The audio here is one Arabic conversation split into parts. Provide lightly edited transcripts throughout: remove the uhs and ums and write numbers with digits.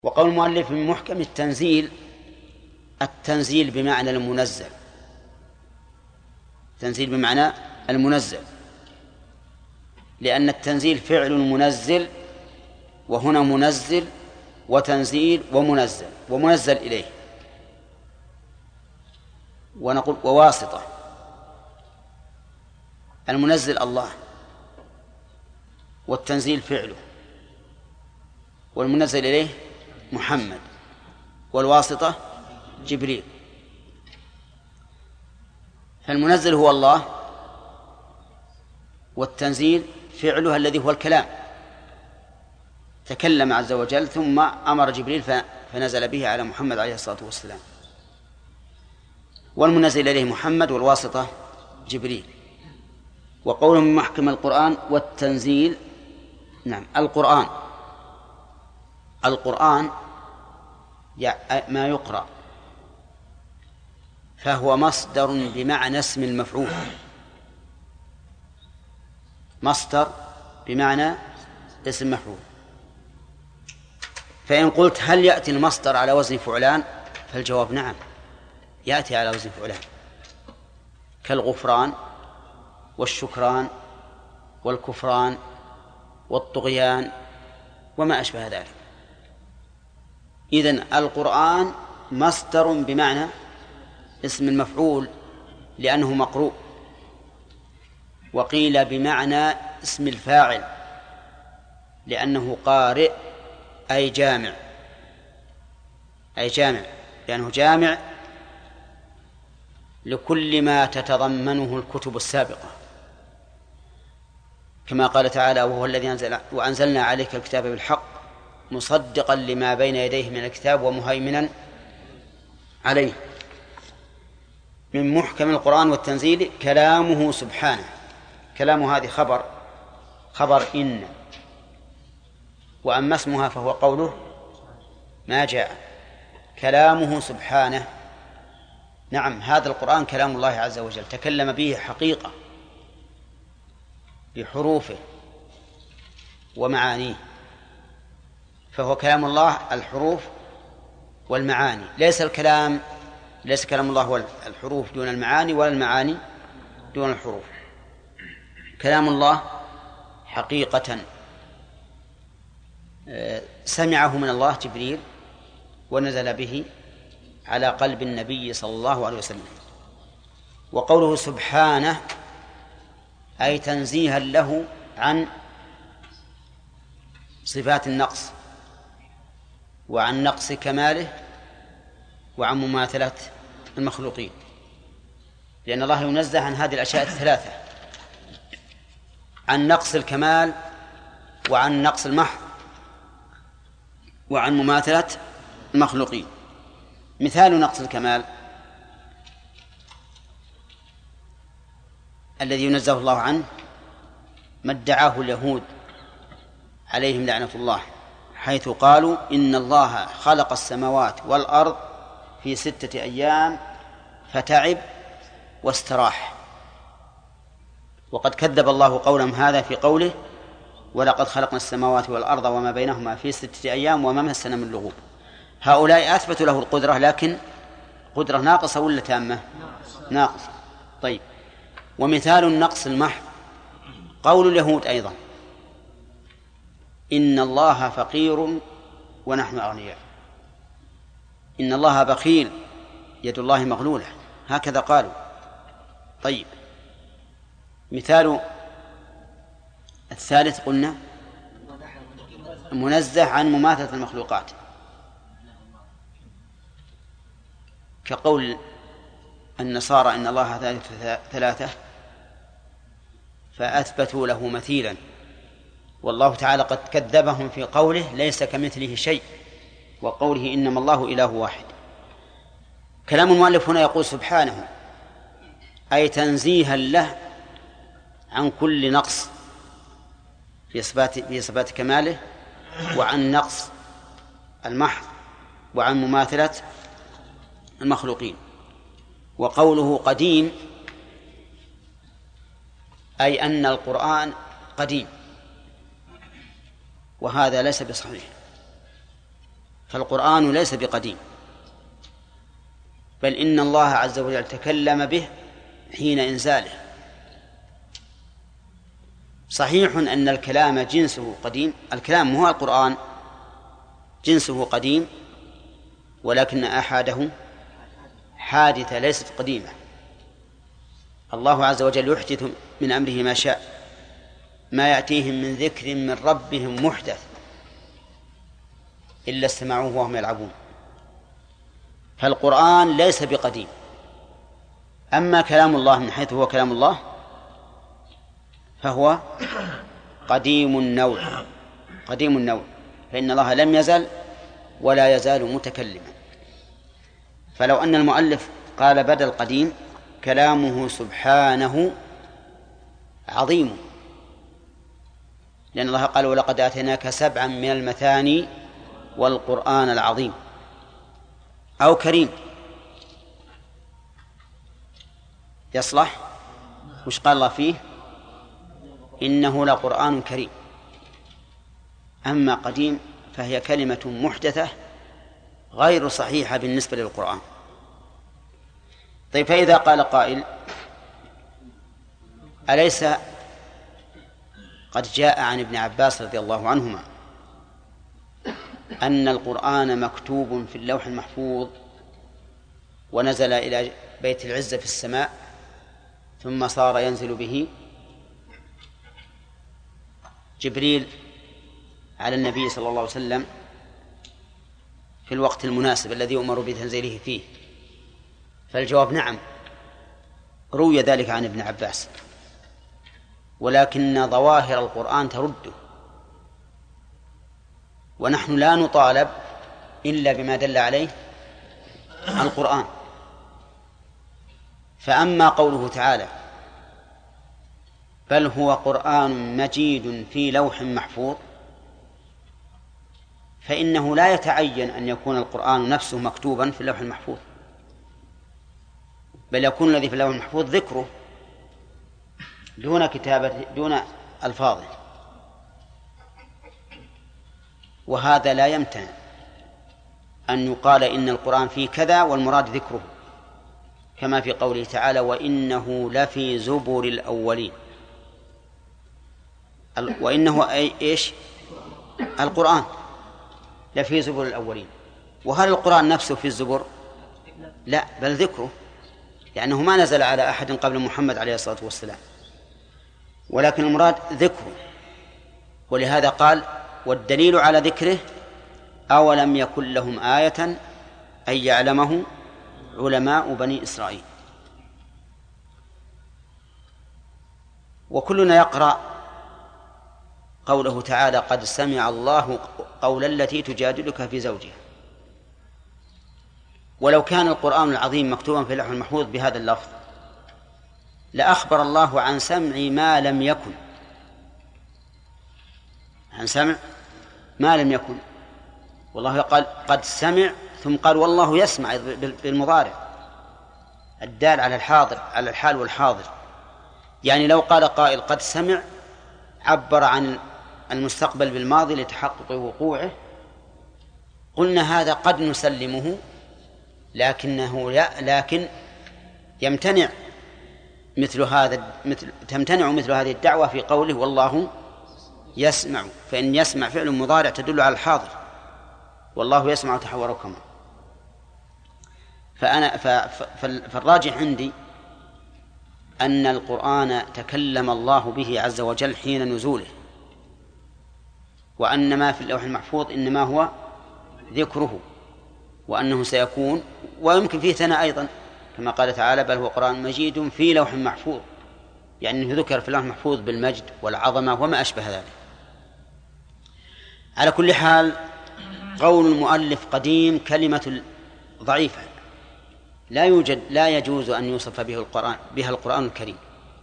وقول المؤلف من محكم التنزيل، التنزيل بمعنى المنزل، تنزيل بمعنى المنزل، لأن التنزيل فعل منزل، وهنا منزل وتنزيل ومنزل ومنزل إليه. ونقول وواسطة. المنزل الله، والتنزيل فعله، والمنزل إليه محمد، والواسطة جبريل. فالمنزل هو الله، والتنزيل فعله الذي هو الكلام، تكلم عز وجل ثم أمر جبريل فنزل به على محمد عليه الصلاة والسلام. والمنزل إليه محمد، والواسطة جبريل. وقوله من محكم القرآن والتنزيل، نعم، القرآن ما يقرأ، فهو مصدر بمعنى اسم المفعول، مصدر بمعنى اسم مفعول. فإن قلت هل يأتي المصدر على وزن فعلان؟ فالجواب نعم، يأتي على وزن فعلان، كالغفران والشكران والكفران والطغيان وما أشبه ذلك. إذن القرآن مصدر بمعنى اسم المفعول لأنه مقروء، وقيل بمعنى اسم الفاعل لأنه قارئ، أي جامع، لأنه جامع لكل ما تتضمنه الكتب السابقة، كما قال تعالى وهو الذي وأنزلنا عليك الكتاب بالحق مصدقا لما بين يديه من الكتاب ومهيمنا عليه. من محكم القرآن والتنزيل كلامه سبحانه. كلامه هذه خبر إن، وأما اسمها فهو قوله ما جاء. كلامه سبحانه، نعم، هذا القرآن كلام الله عز وجل، تكلم به حقيقة بحروفه ومعانيه، فهو كلام الله الحروف والمعاني، ليس كلام الله هو الحروف دون المعاني، ولا المعاني دون الحروف. كلام الله حقيقة سمعه من الله جبريل ونزل به على قلب النبي صلى الله عليه وسلم. وقوله سبحانه أي تنزيها له عن صفات النقص، وعن نقص كماله، وعن مماثلة المخلوقين، لأن الله ينزه عن هذه الأشياء الثلاثة: عن نقص الكمال، وعن نقص المحض، وعن مماثلة المخلوقين. مثال نقص الكمال الذي ينزه الله عنه ما ادعاه اليهود عليهم لعنة الله، حيث قالوا إن الله خلق السماوات والأرض في 6 أيام فتعب واستراح. وقد كذب الله قولهم هذا في قوله ولقد خلقنا السماوات والأرض وما بينهما في 6 أيام وما مسنا من لغوب. هؤلاء أثبتوا له القدرة، لكن قدرة ناقصة ولا تامة؟ ناقصة. طيب، ومثال النقص المحض قول اليهود أيضا إن الله فقير ونحن أغنياء، إن الله بخيل يد الله مغلولة، هكذا قالوا. طيب، مثال الثالث قلنا منزه عن مماثلة المخلوقات، كقول النصارى إن الله ثالث فأثبتوا له مثيلا، والله تعالى قد كذبهم في قوله ليس كمثله شيء، وقوله إنما الله إله واحد. كلام المؤلف هنا يقول سبحانه أي تنزيها له عن كل نقص في صفات كماله، وعن نقص المحض، وعن مماثلة المخلوقين. وقوله قديم أي أن القرآن قديم، وهذا ليس بصحيح، فالقرآن ليس بقديم، بل إن الله عز وجل تكلم به حين إنزاله. صحيح أن الكلام جنسه قديم، الكلام هو القرآن جنسه قديم، ولكن أحاده حادثة ليست قديمة. الله عز وجل يحدث من أمره ما شاء، ما يأتيهم من ذكر من ربهم محدث إلا استمعوه وهم يلعبون. فالقرآن ليس بقديم. أما كلام الله من حيث هو كلام الله فهو قديم النوع، قديم النوع، فإن الله لم يزل ولا يزال متكلما. فلو أن المؤلف قال بدل قديم كلامه سبحانه عظيم، لأن الله قال ولقد آتيناك 7 من المثاني والقرآن العظيم، أو كريم يصلح. وش قال الله فيه؟ إنه لقرآن كريم. أما قديم فهي كلمة محدثة غير صحيحة بالنسبة للقرآن. طيب، فإذا قال قائل أليس قد جاء عن ابن عباس رضي الله عنهما أن القرآن مكتوب في اللوح المحفوظ ونزل إلى بيت العزة في السماء ثم صار ينزل به جبريل على النبي صلى الله عليه وسلم في الوقت المناسب الذي أمر بتنزيله فيه؟ فالجواب نعم، روي ذلك عن ابن عباس، ولكن ظواهر القرآن ترده، ونحن لا نطالب إلا بما دل عليه القرآن. فأما قوله تعالى بل هو قرآن مجيد في لوح محفوظ، فإنه لا يتعين أن يكون القرآن نفسه مكتوبا في اللوح المحفوظ، بل يكون الذي في اللوح المحفوظ ذكره دون كتابة دون ألفاظه، وهذا لا يمتنع أن يقال إن القرآن فيه كذا والمراد ذكره، كما في قوله تعالى وإنه لفي زبر الأولين. وإنه إيش؟ القرآن لفي زبر الأولين. وهل القرآن نفسه في الزبر؟ لا، بل ذكره، لأنه ما نزل على أحد قبل محمد عليه الصلاة والسلام، ولكن المراد ذكره. ولهذا قال والدليل على ذكره أولم يكن لهم آية أن يعلمه علماء بني إسرائيل. وكلنا يقرأ قوله تعالى قد سمع الله قول التي تجادلك في زوجها. ولو كان القرآن العظيم مكتوبا في اللوح المحفوظ بهذا اللفظ لأخبر الله عن سمع ما لم يكن، عن سمع ما لم يكن. والله قال قد سمع، ثم قال والله يسمع بالمضارع الدال على الحاضر، على الحال والحاضر. يعني لو قال قائل قد سمع عبر عن المستقبل بالماضي لتحقق وقوعه، قلنا هذا قد نسلمه، لكن يمتنع تمتنع مثل هذه الدعوة في قوله والله يسمع، فإن يسمع فعل مضارع تدل على الحاضر، والله يسمع تحوركما. فالراجح عندي أن القرآن تكلم الله به عز وجل حين نزوله، وأن ما في اللوح المحفوظ إنما هو ذكره، وأنه سيكون ويمكن فيه ثناء أيضا كما قال تعالى بل هو قرآن مجيد في لوح محفوظ، يعني أنه ذكر في اللوح المحفوظ بالمجد والعظمة وما أشبه ذلك. على كل حال قول المؤلف قديم كلمة ضعيفة لا يجوز أن يوصف بها القرآن الكريم،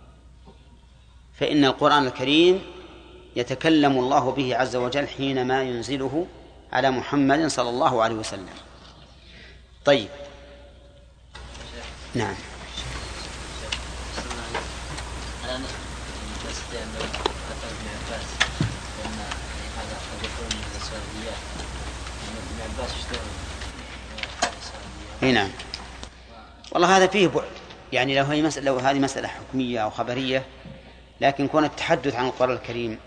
فإن القرآن الكريم يتكلم الله به عز وجل حينما ينزله على محمد صلى الله عليه وسلم. طيب، نعم. نعم. والله هذا فيه بعد، يعني لو هذه مسألة حكمية أو خبرية، لكن كون التحدث عن القرآن الكريم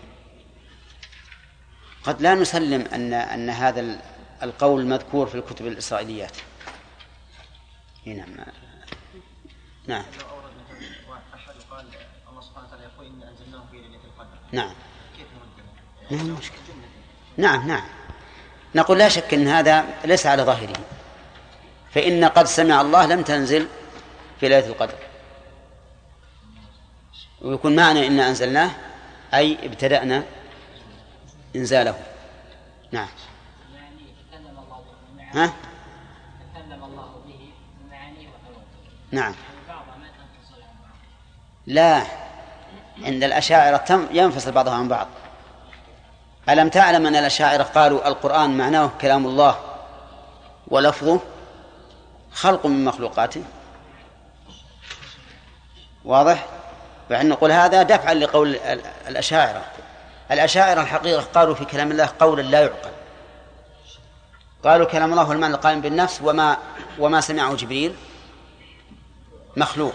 قد لا نسلم أن هذا القول مذكور في الكتب الإسرائيليات. نعم. نعم. أحد قال الله سبحانه وتعالى يقول إن أنزلناه في ليلة القدر. نعم. كيف نرد؟ نعم مشكلة. نعم. نقول لا شك أن هذا ليس على ظاهره، فإن قد سمع الله لم تنزل في ليلة القدر، ويكون معنى إن أنزلناه أي ابتدأنا إنزاله. نعم. ها؟ تكلم الله به بمعانيه وحروفه. نعم. بعضها ما تنفصل عن بعض. لا، عند الأشاعرة ينفصل بعضها عن بعض. ألم تعلم أن الأشاعرة قالوا القرآن معناه كلام الله ولفظه خلق من مخلوقاته؟ واضح؟ فإن نقول هذا دفعا لقول الأشاعرة. الأشاعرة الحقيقة قالوا في كلام الله قولا لا يعقل. قالوا كلام الله هو المعنى القائم بالنفس، وما سمعه جبريل مخلوق.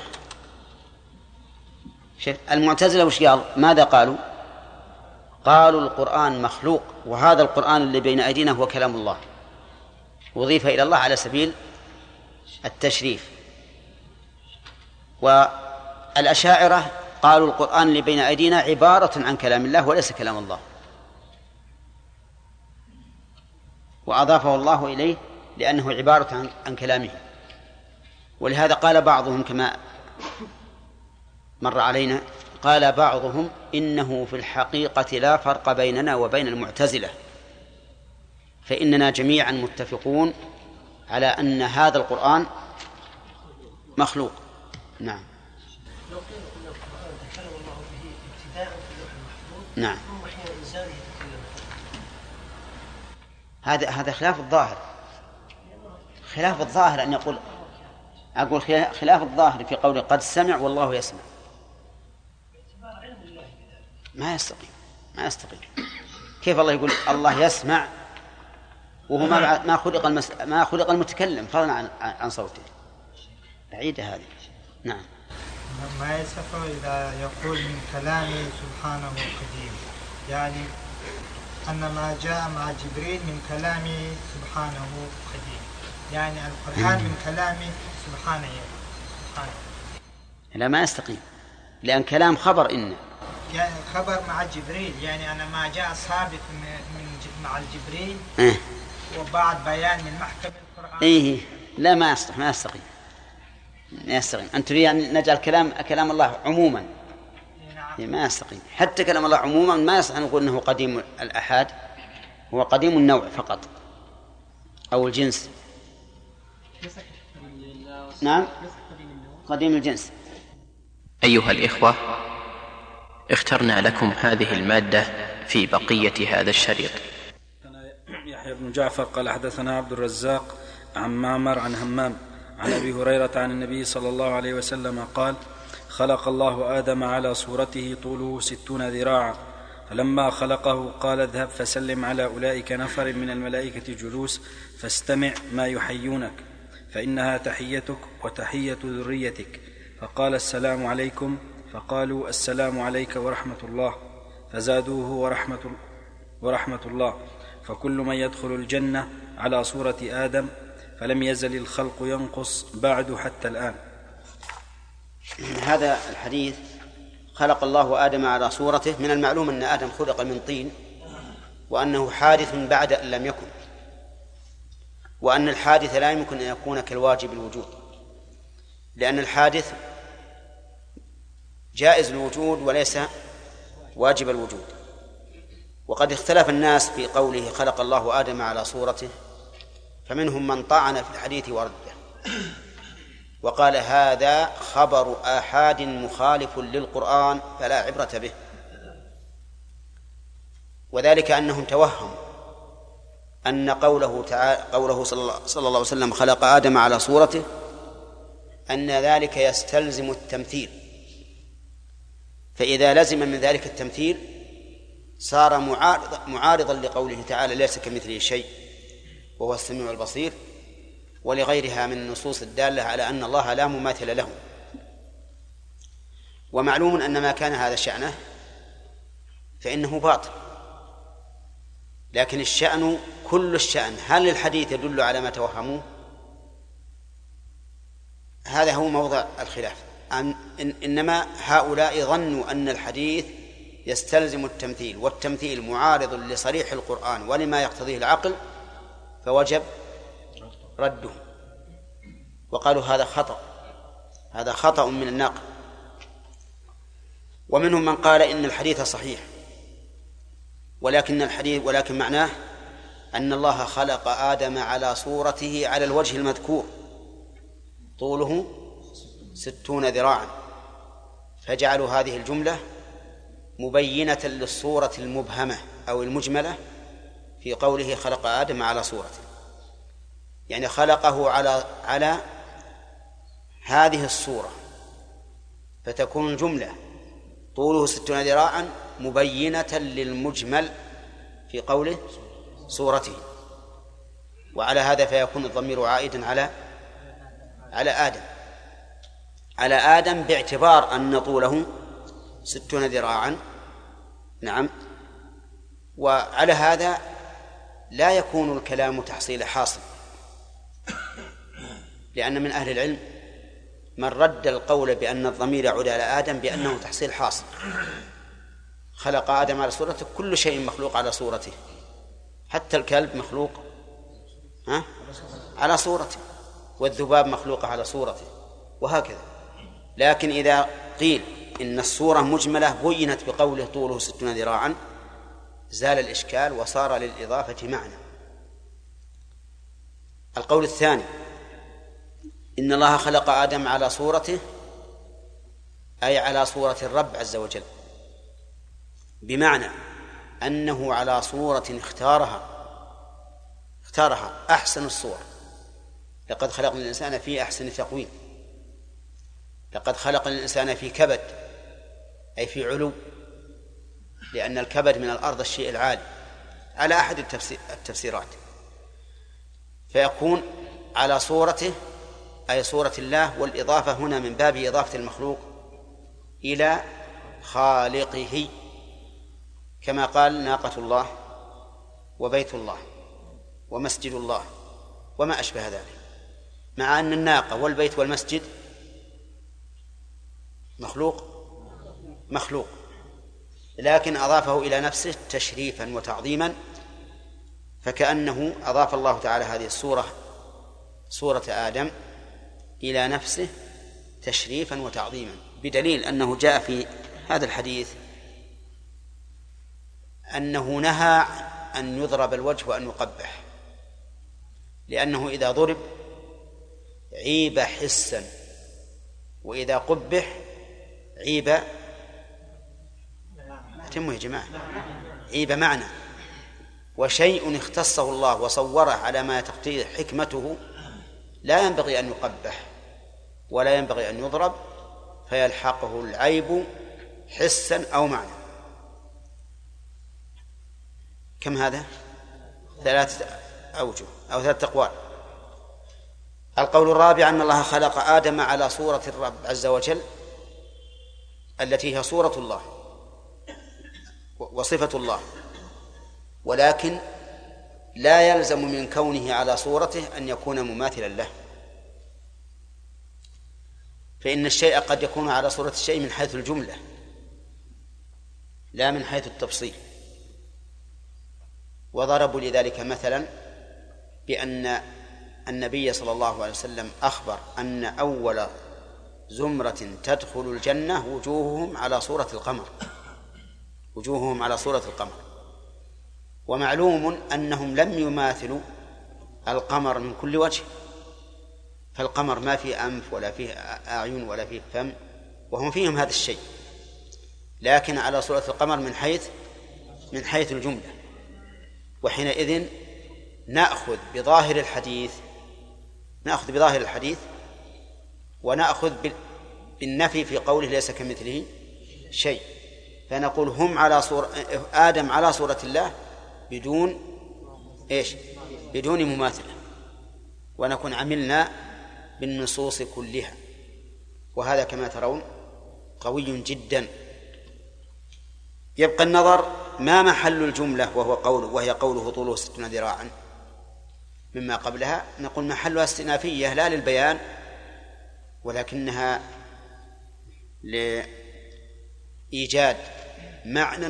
المعتزلة وش قال؟ ماذا قالوا؟ قالوا القرآن مخلوق، وهذا القرآن اللي بين أيدينا هو كلام الله، وضيف إلى الله على سبيل التشريف. والأشاعرة قالوا القرآن اللي بين أيدينا عبارة عن كلام الله وليس كلام الله، وأضافه الله إليه لأنه عبارة عن كلامه. ولهذا قال بعضهم كما مر علينا، قال بعضهم إنه في الحقيقة لا فرق بيننا وبين المعتزلة، فإننا جميعا متفقون على أن هذا القرآن مخلوق. نعم. لو قيل أن القرآن تكلم الله به ابتداء في اللوح المحفوظ نعم. ثم حين إنزاله تكلم، هذا خلاف الظاهر. خلاف الظاهر أن أقول خلاف الظاهر في قوله قد سمع والله يسمع. ما يستقيم. كيف الله يقول الله يسمع وهو ما خلق المتكلم فضلا عن صوته؟ بعيدة هذه. نعم. ما يصح إذا يقول من كلامه سبحانه قديم، يعني أن ما جاء مع جبريل من كلامه سبحانه قديم، يعني القرآن من كلامه سبحانه. لا، ما يستقيم، لأن كلام خبر إن يعني خبر مع جبريل، يعني أنا ما جاء ثابت مع الجبريل وبعد بيان من محكم القرآن. لا، ما يستقيم. أن تريد أن نجعل كلام الله عموما. ما يستقيم. حتى كلام الله عموما ما يصح أن نقول أنه قديم الأحاد، هو قديم النوع فقط أو الجنس. نعم، قديم الجنس. أيها الإخوة، اخترنا لكم هذه المادة في بقية هذا الشريط. يحيى بن جعفر قال حدثنا عبد الرزاق عن معمر عن همام عن أبي هريرة عن النبي صلى الله عليه وسلم قال: خلق الله آدم على صورته طوله 60 ذراعا، فلما خلقه قال: اذهب فسلم على أولئك نفر من الملائكة جلوس فاستمع ما يحيونك، فإنها تحيتك وتحية ذريتك. فقال: السلام عليكم. فقالوا: السلام عليك ورحمة الله. فزادوه ورحمة الله. فكل من يدخل الجنة على صورة آدم، فلم يزل الخلق ينقص بعد حتى الآن. هذا الحديث خلق الله آدم على صورته، من المعلوم أن آدم خلق من طين، وأنه حادث بعد أن لم يكن، وأن الحادث لا يمكن أن يكون كالواجب الوجود، لأن الحادث جائز الوجود وليس واجب الوجود. وقد اختلف الناس في قوله خلق الله آدم على صورته، فمنهم من طعن في الحديث ورده وقال هذا خبر آحاد مخالف للقرآن فلا عبرة به، وذلك أنهم توهموا أن قوله صلى الله عليه وسلم خلق آدم على صورته أن ذلك يستلزم التمثيل، فإذا لزم من ذلك التمثيل صار معارضا لقوله تعالى ليس كمثله شيء، وهو السميع البصير، ولغيرها من النصوص الدالة على أن الله لا مماثل له. ومعلوم أن ما كان هذا شأنه فإنه باطل، لكن الشأن كل الشأن. هل الحديث يدل على ما توهموه؟ هذا هو موضع الخلاف. إنما هؤلاء ظنوا أن الحديث يستلزم التمثيل، والتمثيل معارض لصريح القرآن ولما يقتضيه العقل، فوجب رده. وقالوا هذا خطأ من الناقل. ومنهم من قال إن الحديث صحيح، ولكن معناه أن الله خلق آدم على صورته على الوجه المذكور، طوله 60 ذراعا، فجعلوا هذه الجملة مبينة للصورة المبهمة أو المجملة في قوله خلق آدم على صورته، يعني خلقه على هذه الصورة، فتكون الجملة طوله 60 ذراعا مبينة للمجمل في قوله صورته. وعلى هذا فيكون الضمير عائدا على آدم باعتبار أن طوله 60 ذراعا. نعم. وعلى هذا لا يكون الكلام تحصيل حاصل، لأن من أهل العلم من رد القول بأن الضمير يعود على آدم بأنه تحصيل حاصل. خلق آدم على صورته، كل شيء مخلوق على صورته، حتى الكلب مخلوق على صورته، والذباب مخلوقة على صورته، وهكذا. لكن إذا قيل إن الصورة مجملة بينت بقوله طوله 60 ذراعا زال الإشكال وصار للإضافة معنى. القول الثاني إن الله خلق آدم على صورته، أي على صورة الرب عز وجل، بمعنى أنه على صورة اختارها أحسن الصور. لقد خلقنا الإنسان في أحسن تقويم. لقد خلق الإنسان في كبد، أي في علو، لأن الكبد من الأرض الشيء العالي على أحد التفسيرات، فيكون على صورته أي صورة الله، والإضافة هنا من باب إضافة المخلوق إلى خالقه، كما قال ناقة الله وبيت الله ومسجد الله وما أشبه ذلك، مع أن الناقة والبيت والمسجد مخلوق، لكن أضافه إلى نفسه تشريفا وتعظيما، فكأنه أضاف الله تعالى هذه صورة آدم إلى نفسه تشريفا وتعظيما، بدليل أنه جاء في هذا الحديث أنه نهى أن يضرب الوجه وأن يقبح، لأنه إذا ضرب عيب حسا، وإذا قبح عيب أتموا يا جماعة عيب معنى. وشيء اختصه الله وصوره على ما تقتضيه حكمته لا ينبغي أن يقبح ولا ينبغي أن يضرب، فيلحقه العيب حسا أو معنى. كم هذا؟ 3 أوجه أو 3 أقوال. القول الرابع أن الله خلق آدم على صورة الرب عز وجل التي هي صورة الله وصفة الله، ولكن لا يلزم من كونه على صورته أن يكون مماثلا له، فإن الشيء قد يكون على صورة الشيء من حيث الجملة لا من حيث التفصيل. وضربوا لذلك مثلا بأن النبي صلى الله عليه وسلم أخبر أن أول زمرة تدخل الجنة وجوههم على صورة القمر، ومعلوم أنهم لم يماثلوا القمر من كل وجه، فالقمر ما فيه أنف ولا فيه أعين ولا فيه فم، وهم فيهم هذا الشيء، لكن على صورة القمر من حيث الجملة. وحينئذ نأخذ بظاهر الحديث ونأخذ بالنفي في قوله ليس كمثله شيء، فنقول هم على آدم على صورة الله بدون إيش؟ بدون مماثلة، ونكون عملنا بالنصوص كلها، وهذا كما ترون قوي جدا. يبقى النظر ما محل الجملة وهي قوله طوله 60 ذراعا مما قبلها. نقول محلها استئنافية لا للبيان، ولكنها لإيجاد معنى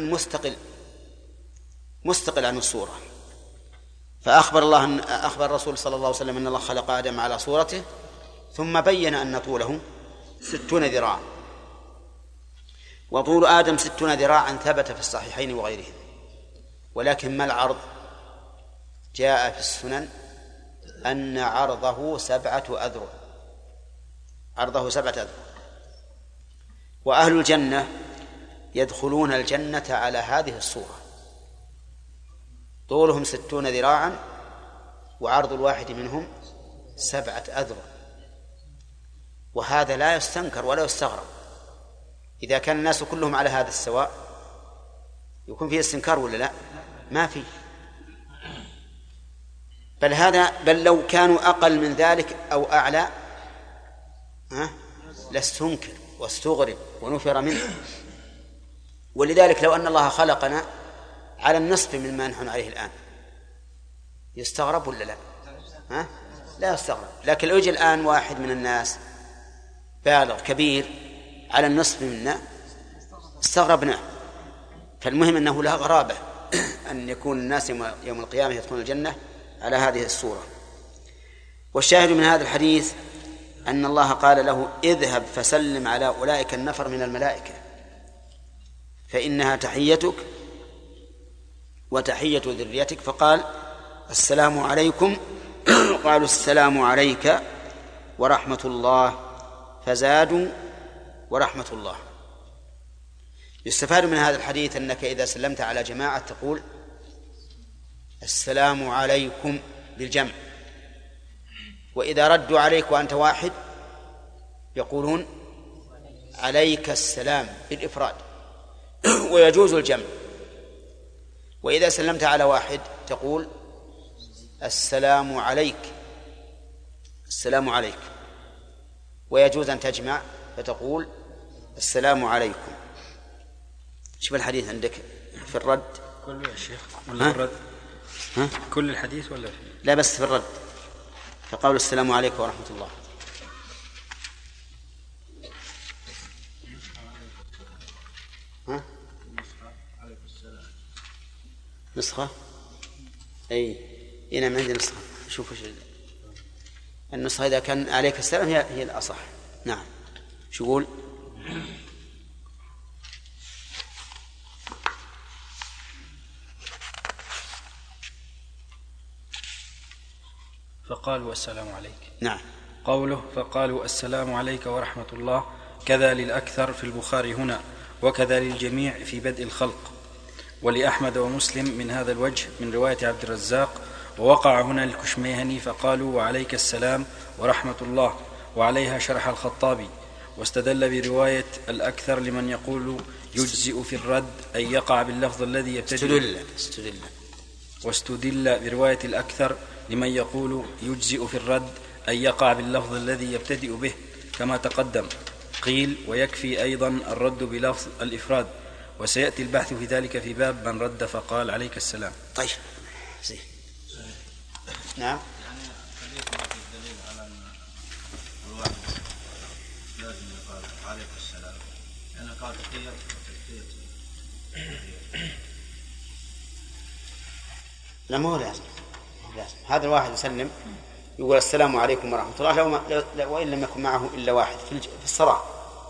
مستقل عن الصورة. أخبر الرسول صلى الله عليه وسلم أن الله خلق آدم على صورته، ثم بين أن طوله 60 ذراعا، وطول آدم 60 ذراعا ثبت في الصحيحين وغيرهم. ولكن ما العرض؟ جاء في السنن أن عرضه 7 أذرع، عرضه 7 أذرع. وأهل الجنة يدخلون الجنة على هذه الصورة، طولهم 60 ذراعا وعرض الواحد منهم 7 أذرع. وهذا لا يستنكر ولا يستغرب. إذا كان الناس كلهم على هذا السواء يكون فيه استنكار ولا لا؟ ما فيه. بل لو كانوا أقل من ذلك أو أعلى لاستنكر واستغرب ونفر منه. ولذلك لو أن الله خلقنا على النصف مما نحن عليه الآن يستغرب ولا لا؟ لا يستغرب. لكن لو يجي الآن واحد من الناس بالغ كبير على النصف منا استغربنا. فالمهم أنه لا غرابة أن يكون الناس يوم القيامة يدخلون الجنة على هذه الصورة. والشاهد من هذا الحديث أن الله قال له اذهب فسلم على أولئك النفر من الملائكة فإنها تحيتك وتحية ذريتك. فقال السلام عليكم، قالوا السلام عليك ورحمة الله، فزادوا ورحمة الله. يستفاد من هذا الحديث أنك إذا سلمت على جماعة تقول السلام عليكم بالجمع، وإذا ردوا عليك وأنت واحد يقولون عليك السلام بالإفراد، ويجوز الجمع. وإذا سلمت على واحد تقول السلام عليك، السلام عليك، ويجوز أن تجمع فتقول السلام عليكم. شوف الحديث عندك في الرد كله يا شيخ ولا في الرد؟ كل الحديث ولا في؟ لا بس في الرد، فقول السلام عليكم ورحمة الله. نسخة؟ أي هنا من عندي نسخة. شوفوا النسخة إذا كان عليك السلام هي الأصح. نعم. شو يقول؟ فقالوا السلام عليك. نعم. قوله فقالوا السلام عليك ورحمة الله كذا للأكثر في البخاري هنا، وكذا للجميع في بدء الخلق، ولأحمد ومسلم من هذا الوجه من رواية عبد الرزاق، ووقع هنا الكشميهني فقالوا وعليك السلام ورحمة الله، وعليها شرح الخطابي. واستدل برواية الأكثر لمن يقول يجزئ في الرد أن يقع باللفظ الذي يبتدئ. واستدل برواية الأكثر لمن يقول يجزئ في الرد أن يقع باللفظ الذي يبتدئ به كما تقدم. قيل ويكفي أيضا الرد بلفظ الإفراد، وسيأتي البحث في ذلك في باب من رد فقال عليك السلام. طيب زين. نعم. يعني حديث في الدليل على أن الواحد لازم يقال عليك السلام، يعني قال تحية وتحية. لا ما هو لازم. هذا الواحد يسلم يقول السلام عليكم ورحمة الله وإن لم يكن معه إلا واحد في الصلاة.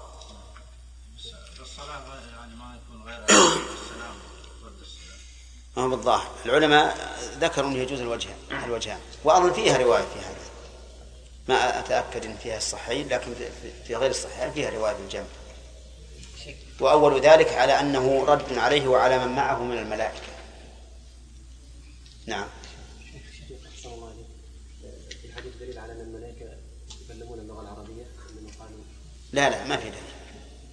في الصلاة يعني ما يكون غير السلام رد السلام. بالظاهر العلماء ذكروا أنه يجوز الوجهان، وأظن فيها رواية في هذا، ما أتأكد أن فيها الصحيحين، لكن في غير الصحيحين فيها رواية بالجمع. وأول ذلك على أنه رد عليه وعلى من معه من الملائكة. نعم. في الحديث دليل على أن الملائكة يتكلمون اللغة العربية؟ لا ما في دليل.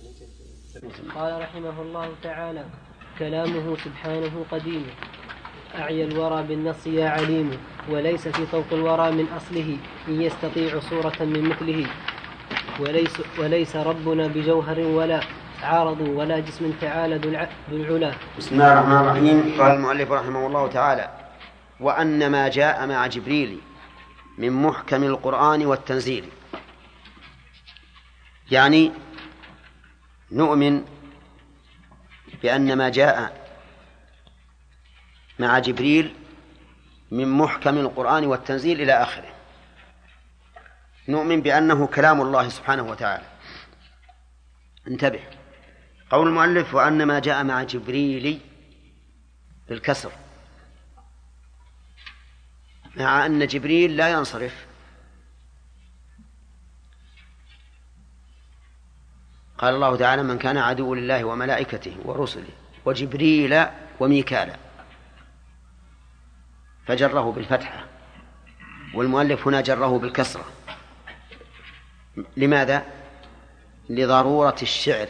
قال رحمه الله تعالى كلامه سبحانه قديم أعيا الورى بالنص يا عليم، وليس في فوق الورى من أصله، إن يستطيع صورة من مثله. وليس ربنا بجوهر ولا عارض، ولا جسم تعالى ذو العلا. بسم الله الرحمن الرحيم. قال المؤلف رحمه الله تعالى: وأن ما جاء مع جبريل من محكم القرآن والتنزيل، يعني نؤمن بأن ما جاء مع جبريل من محكم القرآن والتنزيل إلى آخره، نؤمن بأنه كلام الله سبحانه وتعالى. انتبه، قول المؤلف: وأن ما جاء مع جبريل بالكسر، مع أن جبريل لا ينصرف. قال الله تعالى: من كان عدو لله وملائكته ورسله وجبريل وميكال، فجره بالفتحة، والمؤلف هنا جره بالكسرة. لماذا؟ لضرورة الشعر.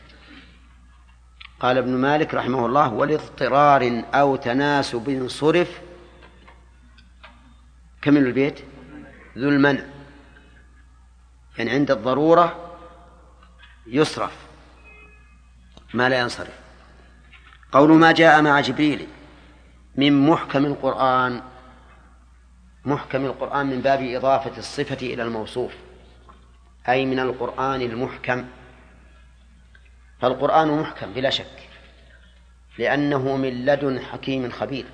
قال ابن مالك رحمه الله: ولاضطرار أو تناسب صرف، كمل البيت، ذو المنع، يعني عند الضرورة يصرف ما لا ينصرف. قول ما جاء مع جبريل من محكم القرآن، محكم القرآن من باب إضافة الصفة إلى الموصوف، أي من القرآن المحكم. فالقرآن محكم بلا شك، لأنه من لدن حكيم خبير.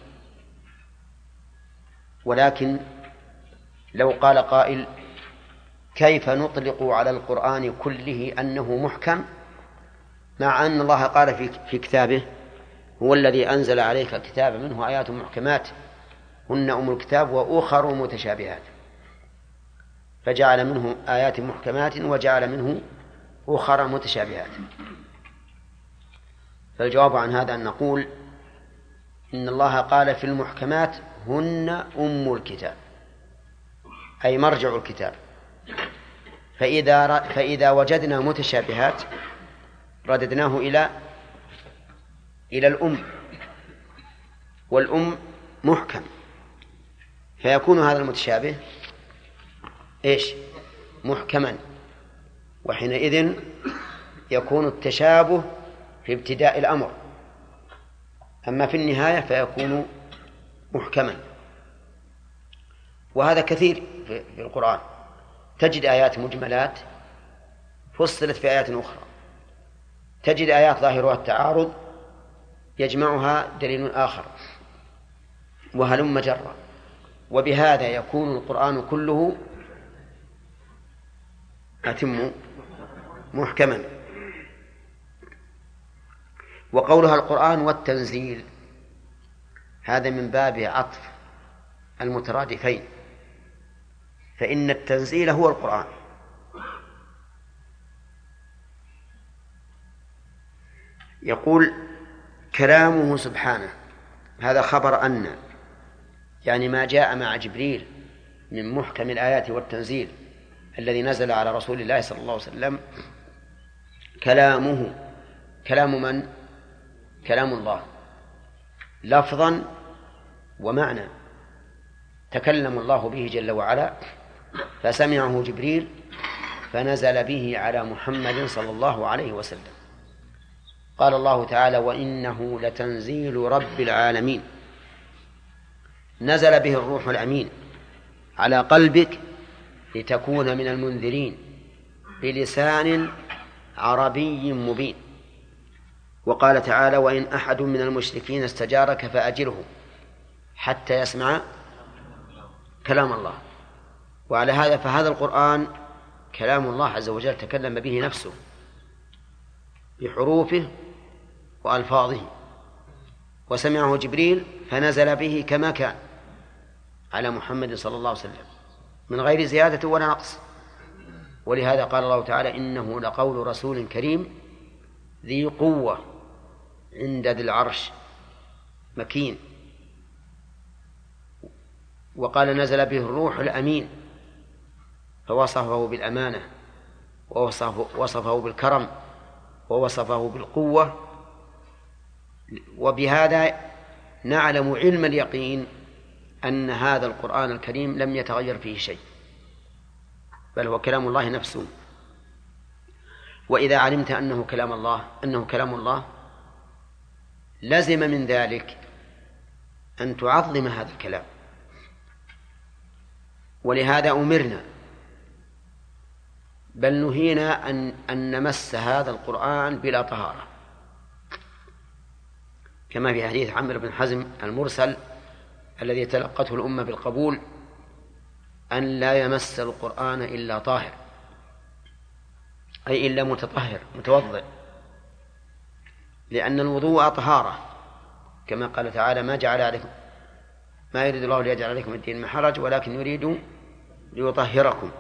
ولكن لو قال قائل: كيف نطلق على القرآن كله أنه محكم، مع أن الله قال في كتابه: هو الذي أنزل عليك الكتاب منه آيات محكمات هن أم الكتاب وأخر متشابهات، فجعل منه آيات محكمات وجعل منه أخر متشابهات. فالجواب عن هذا أن نقول إن الله قال في المحكمات هن أم الكتاب، أي مرجع الكتاب. فإذا وجدنا متشابهات رددناه إلى الأم، والأم محكم، فيكون هذا المتشابه محكما، وحينئذ يكون التشابه في ابتداء الأمر، أما في النهاية فيكون محكما. وهذا كثير في القرآن، تجد آيات مجملات فصلت في آيات أخرى، تجد آيات ظاهرها التعارض يجمعها دليل آخر، وهلم جرا. وبهذا يكون القرآن كله أتم محكما. وقولها القرآن والتنزيل، هذا من باب عطف المترادفين، فإن التنزيل هو القرآن. يقول: كلامه سبحانه، هذا خبر أن، يعني ما جاء مع جبريل من محكم الآيات والتنزيل الذي نزل على رسول الله صلى الله عليه وسلم، كلامه. كلام من؟ كلام الله، لفظا ومعنى. تكلم الله به جل وعلا، فسمعه جبريل فنزل به على محمد صلى الله عليه وسلم. قال الله تعالى: وإنه لتنزيل رب العالمين، نزل به الروح الأمين على قلبك لتكون من المنذرين بلسان عربي مبين. وقال تعالى: وإن أحد من المشركين استجارك فأجره حتى يسمع كلام الله. وعلى هذا فهذا القرآن كلام الله عز وجل، تكلم به نفسه بحروفه وألفاظه، وسمعه جبريل فنزل به كما كان على محمد صلى الله عليه وسلم من غير زيادة ولا نقص. ولهذا قال الله تعالى: إنه لقول رسول كريم ذي قوة عند ذي العرش مكين. وقال: نزل به الروح الأمين، فوصفه بالأمانة، ووصفه بالكرم، ووصفه بالقوة. وبهذا نعلم علم اليقين أن هذا القرآن الكريم لم يتغير فيه شيء، بل هو كلام الله نفسه. وإذا علمت أنه كلام الله لزم من ذلك أن تعظم هذا الكلام. ولهذا أمرنا بل نهينا أن نمس هذا القرآن بلا طهارة، كما في حديث عمرو بن حزم المرسل الذي تلقته الأمة بالقبول، أن لا يمس القرآن إلا طاهر، أي إلا متطهر متوضئ، لأن الوضوء طهارة، كما قال تعالى: ما يريد الله ليجعل عليكم الدين من حرج ولكن يريد ليطهركم.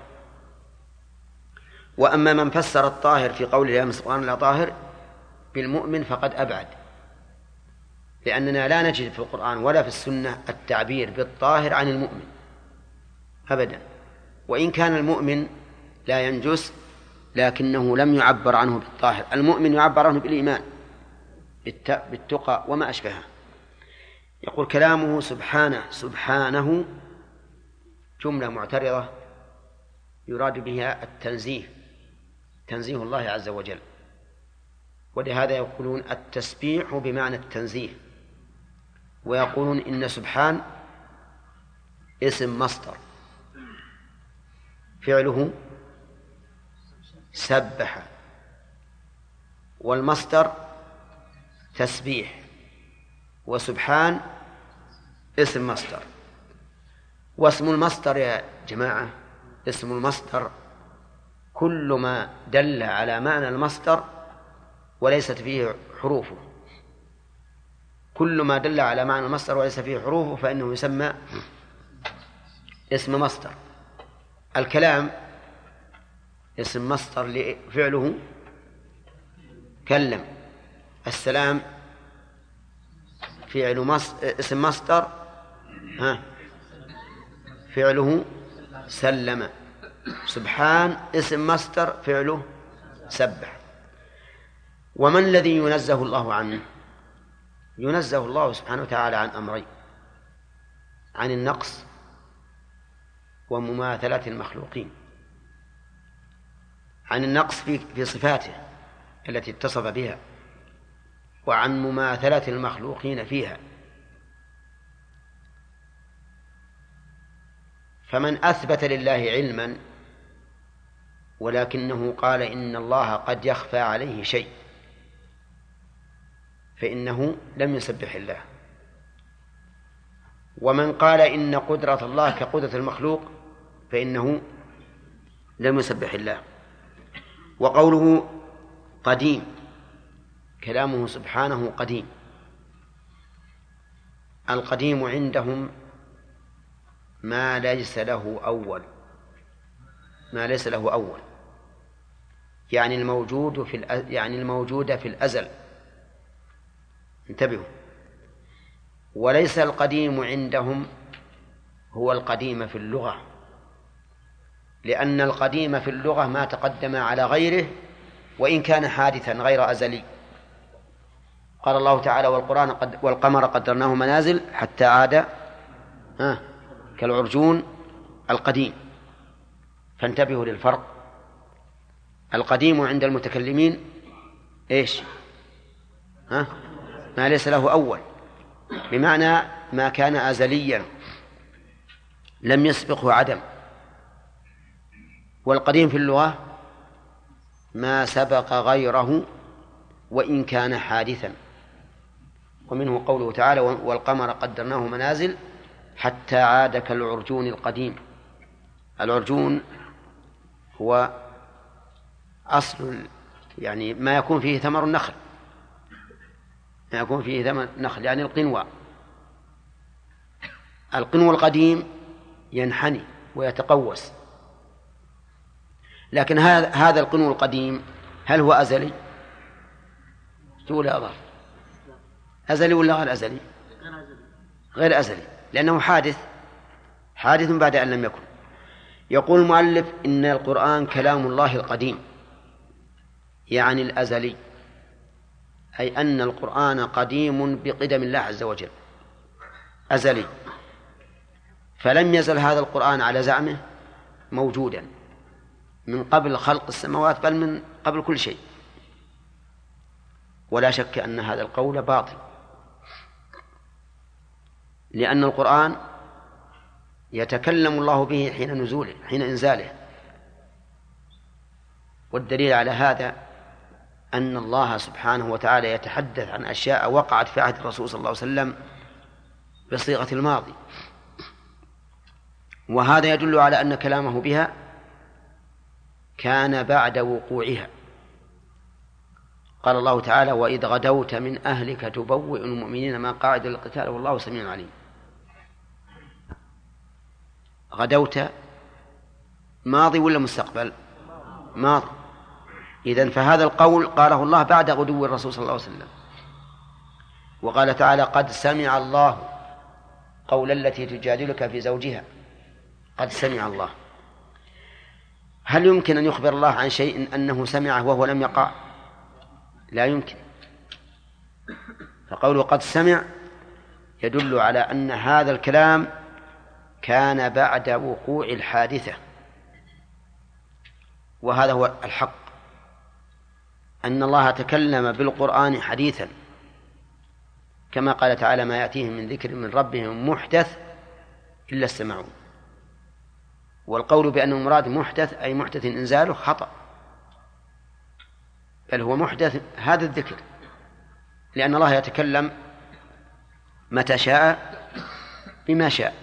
وأما من فسر الطاهر في قوله يمس القرآن لا طاهر بالمؤمن فقد أبعد، لأننا لا نجد في القرآن ولا في السنة التعبير بالطاهر عن المؤمن أبدا، وإن كان المؤمن لا ينجس لكنه لم يعبر عنه بالطاهر. المؤمن يعبر عنه بالإيمان بالتقى وما أشبهه. يقول: كلامه سبحانه جملة معترضة يراد بها التنزيه، تنزيه الله عز وجل، ولهذا يقولون التسبيح بمعنى التنزيه، ويقولون إن سبحان اسم مصدر فعله سبح، والمصدر تسبيح، وسبحان اسم مصدر. واسم المصدر يا جماعة، اسم المصدر كل ما دل على معنى المصدر وليست فيه حروفه، كل ما دل على معنى المصدر وليس فيه حروفه فإنه يسمى اسم مصدر. الكلام اسم مصدر فعله كلم، السلام فعل اسم مصدر فعله سلم، سبحان اسم مصدر فعله سبح. ومن الذي ينزه الله عنه؟ ينزه الله سبحانه وتعالى عن أمرين: عن النقص ومماثلة المخلوقين. عن النقص في صفاته التي اتصف بها، وعن مماثلة المخلوقين فيها. فمن أثبت لله علما ولكنه قال إن الله قد يخفى عليه شيء فإنه لم يسبح الله. ومن قال إن قدرة الله كقدرة المخلوق فإنه لم يسبح الله. وقوله قديم، كلامه سبحانه قديم. القديم عندهم ما ليس له أول، ما ليس له أول، يعني الموجود في الأزل. انتبهوا. وليس القديم عندهم هو القديم في اللغة، لأن القديم في اللغة ما تقدم على غيره وإن كان حادثا غير أزلي. قال الله تعالى: والقمر قدرناه منازل حتى عاد كالعرجون القديم. فانتبهوا للفرق. القديم عند المتكلمين إيش؟ ما ليس له أول، بمعنى ما كان أزليا لم يسبقه عدم. والقديم في اللغة ما سبق غيره وإن كان حادثا. ومنه قوله تعالى: والقمر قدرناه منازل حتى عاد كالعرجون القديم. العرجون هو أصل، يعني ما يكون فيه ثمر النخل، ما يكون فيه ثمر النخل، يعني القنوة. القنوة القديم ينحني ويتقوس، لكن هذا القنو القديم هل هو أزلي؟ تقول يا أضاف أزلي ولا غير أزلي؟ غير أزلي، لأنه حادث بعد أن لم يكن. يقول المؤلف: إن القرآن كلام الله القديم، يعني الأزلي، أي أن القرآن قديم بقدم الله عز وجل، أزلي، فلم يزل هذا القرآن على زعمه موجودا من قبل خلق السماوات، بل من قبل كل شيء. ولا شك أن هذا القول باطل، لأن القرآن يتكلم الله به حين نزوله، حين إنزاله. والدليل على هذا أن الله سبحانه وتعالى يتحدث عن أشياء وقعت في عهد الرسول صلى الله عليه وسلم بصيغة الماضي، وهذا يدل على أن كلامه بها كان بعد وقوعها. قال الله تعالى: وإذ غدوت من أهلك تبوئ المؤمنين مقاعد للقتال والله سميع عليم. غدوت ماضي ولا مستقبل؟ ماضي. إذن فهذا القول قاله الله بعد غدو الرسول صلى الله عليه وسلم. وقال تعالى: قد سمع الله قول التي تجادلك في زوجها. قد سمع الله. هل يمكن أن يخبر الله عن شيء أنه سمعه وهو لم يقع؟ لا يمكن. فقوله قد سمع يدل على أن هذا الكلام كان بعد وقوع الحادثة، وهذا هو الحق، أن الله تكلم بالقرآن حديثا، كما قال تعالى: ما يأتيهم من ذكر من ربهم محدث إلا استمعوه. والقول بأنه مراد محدث أي محدث إنزاله خطأ، بل هو محدث هذا الذكر، لأن الله يتكلم متى شاء بما شاء.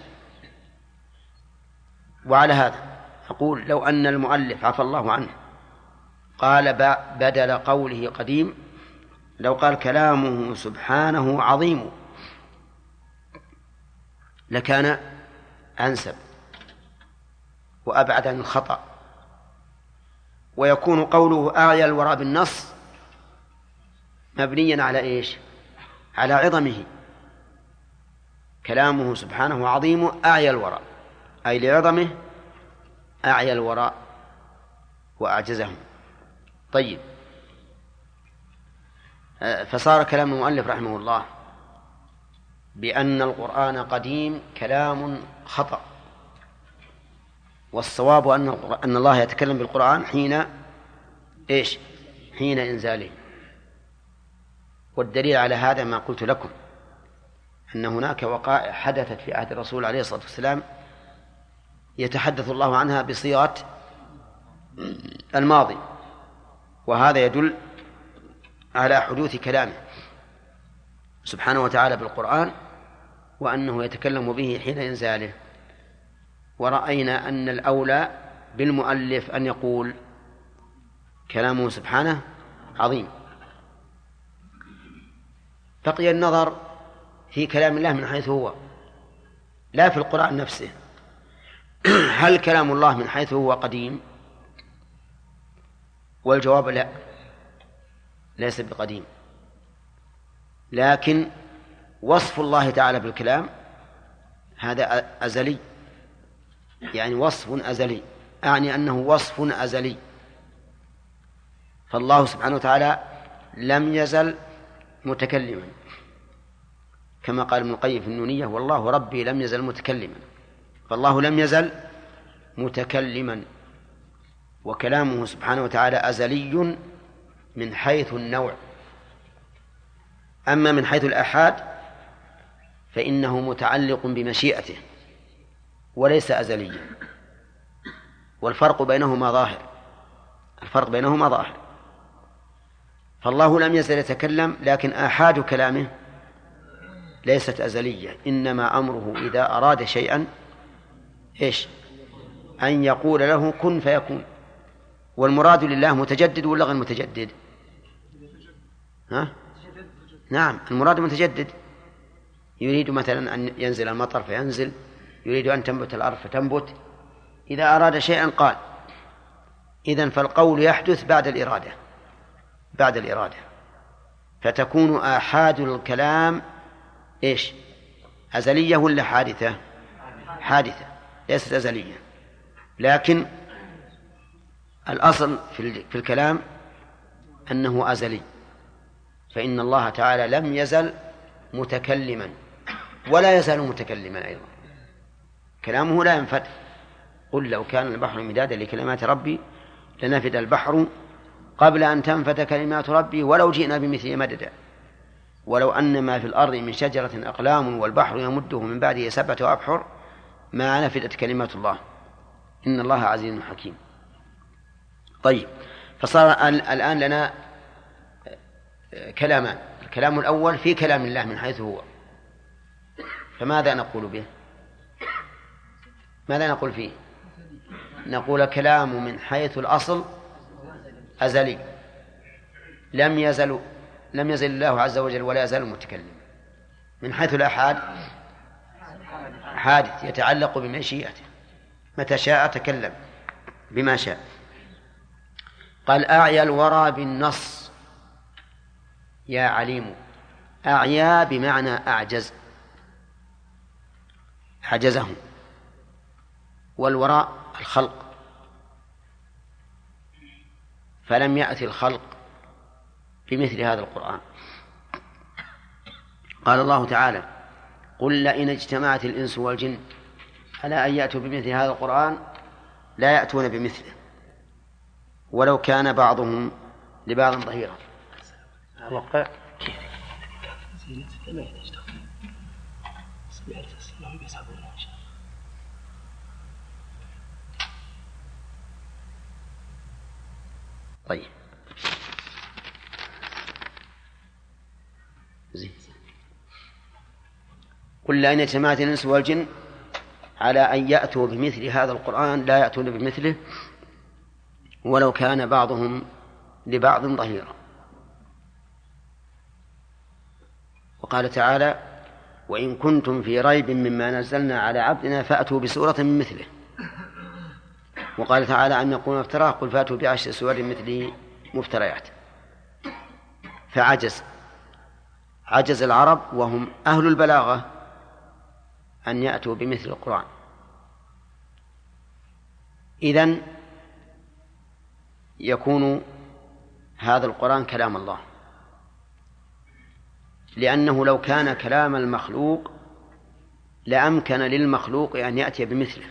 وعلى هذا أقول: لو أن المؤلف عفى الله عنه قال بدل قوله قديم، لو قال كلامه سبحانه عظيم، لكان أنسب وأبعد عن الخطأ، ويكون قوله أعيا الورى بالنص مبنيا على إيش؟ على عظمه. كلامه سبحانه عظيم أعيا الورى، أي لعظمه أعيا الورى وأعجزهم. طيب، فصار كلام المؤلف رحمه الله بأن القرآن قديم كلام خطأ، والصواب أن الله يتكلم بالقرآن حين إيش؟ حين إنزاله. والدليل على هذا ما قلت لكم، أن هناك وقائع حدثت في عهد الرسول عليه الصلاة والسلام يتحدث الله عنها بصيغة الماضي، وهذا يدل على حدوث كلامه سبحانه وتعالى بالقرآن، وأنه يتكلم به حين إنزاله. ورأينا أن الأولى بالمؤلف أن يقول كلامه سبحانه عظيم. بقي النظر في كلام الله من حيث هو، لا في القرآن نفسه. هل كلام الله من حيث هو قديم؟ والجواب لا، ليس بقديم، لكن وصف الله تعالى بالكلام هذا أزلي، يعني وصف أزلي، أعني أنه وصف أزلي. فالله سبحانه وتعالى لم يزل متكلما، كما قال ابن القيم في النونية: والله ربي لم يزل متكلما. فالله لم يزل متكلما، وكلامه سبحانه وتعالى أزلي من حيث النوع. أما من حيث الآحاد فإنه متعلق بمشيئته وليس أزليا، والفرق بينهما ظاهر، الفرق بينهما ظاهر. فالله لم يزل يتكلم، لكن آحاد كلامه ليست أزلية، إنما أمره إذا أراد شيئا إيش؟ أن يقول له كن فيكون. والمراد لله متجدد ولا غير متجدد؟ ها؟ نعم، المراد متجدد. يريد مثلا أن ينزل المطر فينزل، يريد أن تنبت الأرض فتنبت. إذا أراد شيئا قال. إذن فالقول يحدث بعد الإرادة، بعد الإرادة، فتكون آحاد الكلام إيش؟ أزلية ولا حادثة؟ حادثة، ليست أزلية. لكن الأصل في الكلام أنه أزلي، فإن الله تعالى لم يزل متكلما ولا يزال متكلما أيضا، كلامه لا ينفد. قل لو كان البحر مدادا لكلمات ربي لنفد البحر قبل أن تنفد كلمات ربي ولو جئنا بمثله مددا ولو أن ما في الأرض من شجرة أقلام والبحر يمده من بعده 7 أبحر ما نفدت كلمات الله إن الله عزيز حكيم. طيب، فصار الآن لنا كلامان. الكلام الأول في كلام الله من حيث هو، فماذا نقول به؟ ماذا نقول فيه؟ نقول كلام من حيث الأصل أزلي، لم يزل الله عز وجل ولا يزال متكلم. من حيث الآحاد حادث يتعلق بمشيئته، متى شاء تكلم بما شاء. قال أعيا الورى بالنص يا عليم. أعيا بمعنى أعجز، حجزهم، والوراء الخلق، فلم يأتي الخلق بمثل هذا القرآن. قال الله تعالى قل لئن اجتمعت الإنس والجن على أن يأتوا بمثل هذا القرآن لا يأتون بمثله ولو كان بعضهم لبعض ظهيرا. وقع طيب زين. قل لئن اجتمعت الإنس والجن على أن يأتوا بمثل هذا القرآن لا يأتون بمثله ولو كان بعضهم لبعض ظهيرا. وقال تعالى وإن كنتم في ريب مما نزلنا على عبدنا فأتوا بسورة من مثله. وقال تعالى أن يقولون افتراه قل فأتوا ب10 سور مثله مفتريات. فعجز العرب وهم أهل البلاغة أن يأتوا بمثل القرآن. إذن يكون هذا القرآن كلام الله، لأنه لو كان كلام المخلوق لأمكن للمخلوق أن يأتي بمثله،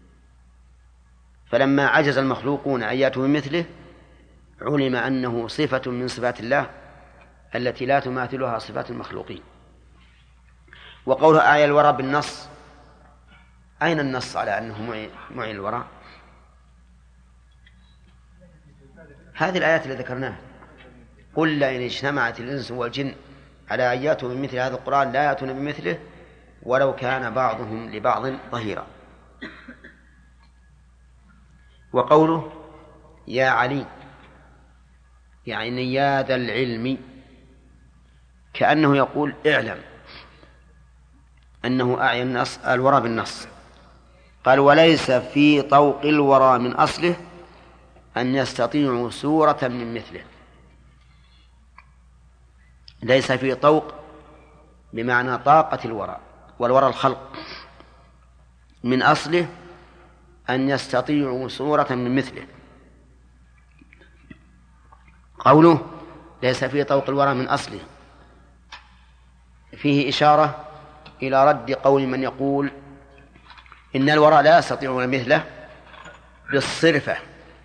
فلما عجز المخلوقون أن يأتوا بمثله علم أنه صفة من صفات الله التي لا تماثلها صفات المخلوقين. وقوله أعيا الورى بالنص، أين النص على أنه معي الورى؟ هذه الآيات اللي ذكرناها قل لئن اجتمعت الإنس والجن على أن يأتوا بمثل هذا القرآن لا يأتون بمثله ولو كان بعضهم لبعض ظهيرا. وقوله يا علي يعني يا ذا العلم، كأنه يقول اعلم أنه أعيا النص الورى بالنص. قال وليس في طوق الورى من أصله أن يستطيعوا سورة من مثله. ليس في طوق بمعنى طاقة الورى، والورى الخلق، من أصله أن يستطيعوا سورة من مثله. قوله ليس في طوق الورى من أصله فيه إشارة إلى رد قول من يقول إن الورى لا يستطيعون مثله بالصرفة،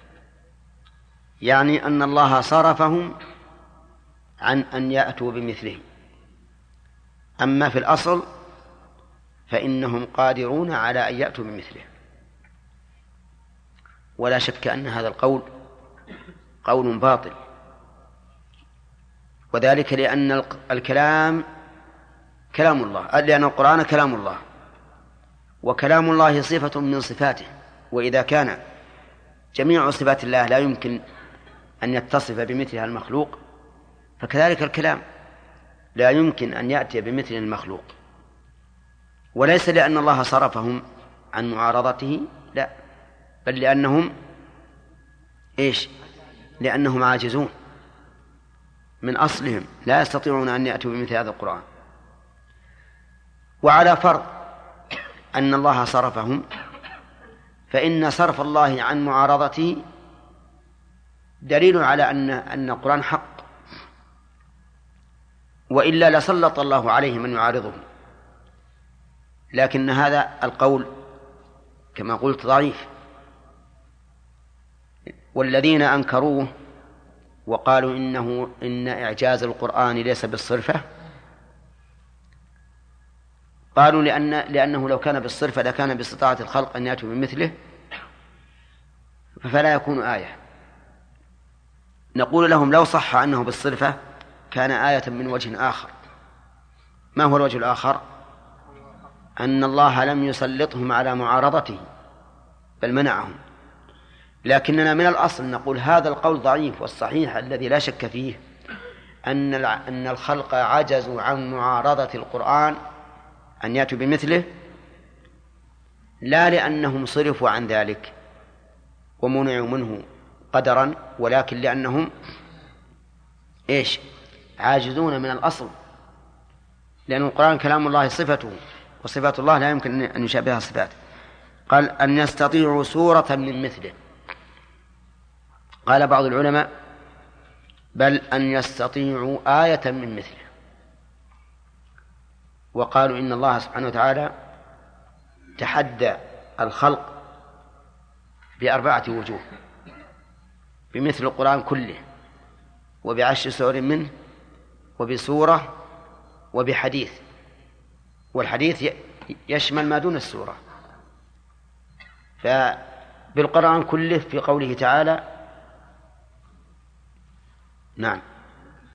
يعني أن الله صرفهم عن أن يأتوا بمثله. أما في الأصل فإنهم قادرون على أن يأتوا بمثله. ولا شك أن هذا القول قول باطل، وذلك لأن الكلام كلام الله، لأن القرآن كلام الله، وكلام الله صفة من صفاته، وإذا كان جميع صفات الله لا يمكن أن يتصف بمثلها المخلوق فكذلك الكلام لا يمكن أن يأتي بمثل المخلوق. وليس لأن الله صرفهم عن معارضته، لا، بل لأنهم لأنهم عاجزون من أصلهم لا يستطيعون أن يأتوا بمثل هذا القرآن. وعلى فرض أن الله صرفهم فإن صرف الله عن معارضته دليل على أن القرآن حق، وإلا لسلط الله عليه من يعارضه. لكن هذا القول كما قلت ضعيف. والذين أنكروه وقالوا إن إعجاز القرآن ليس بالصرفة قالوا لأنه لو كان بالصرفة لكان باستطاعة الخلق أن يأتوا بمثله فلا يكون آية. نقول لهم لو صح أنه بالصرفة كان آية من وجه آخر. ما هو الوجه الآخر؟ أن الله لم يسلطهم على معارضته بل منعهم. لكننا من الأصل نقول هذا القول ضعيف، والصحيح الذي لا شك فيه أن الخلق عجزوا عن معارضة القرآن أن يأتوا بمثله، لا لأنهم صرفوا عن ذلك ومنعوا منه قدرا، ولكن لأنهم عاجزون من الأصل، لأن القرآن كلام الله صفته، وصفات الله لا يمكن أن يشابهها صفات. قال أن يستطيعوا سورة من مثله. قال بعض العلماء بل أن يستطيعوا آية من مثله، وقالوا إن الله سبحانه وتعالى تحدى الخلق ب4 وجوه: بمثل القرآن كله، وب10 سور منه، وبسورة، وبحديث. والحديث يشمل ما دون السورة. فبالقرآن كله في قوله تعالى نعم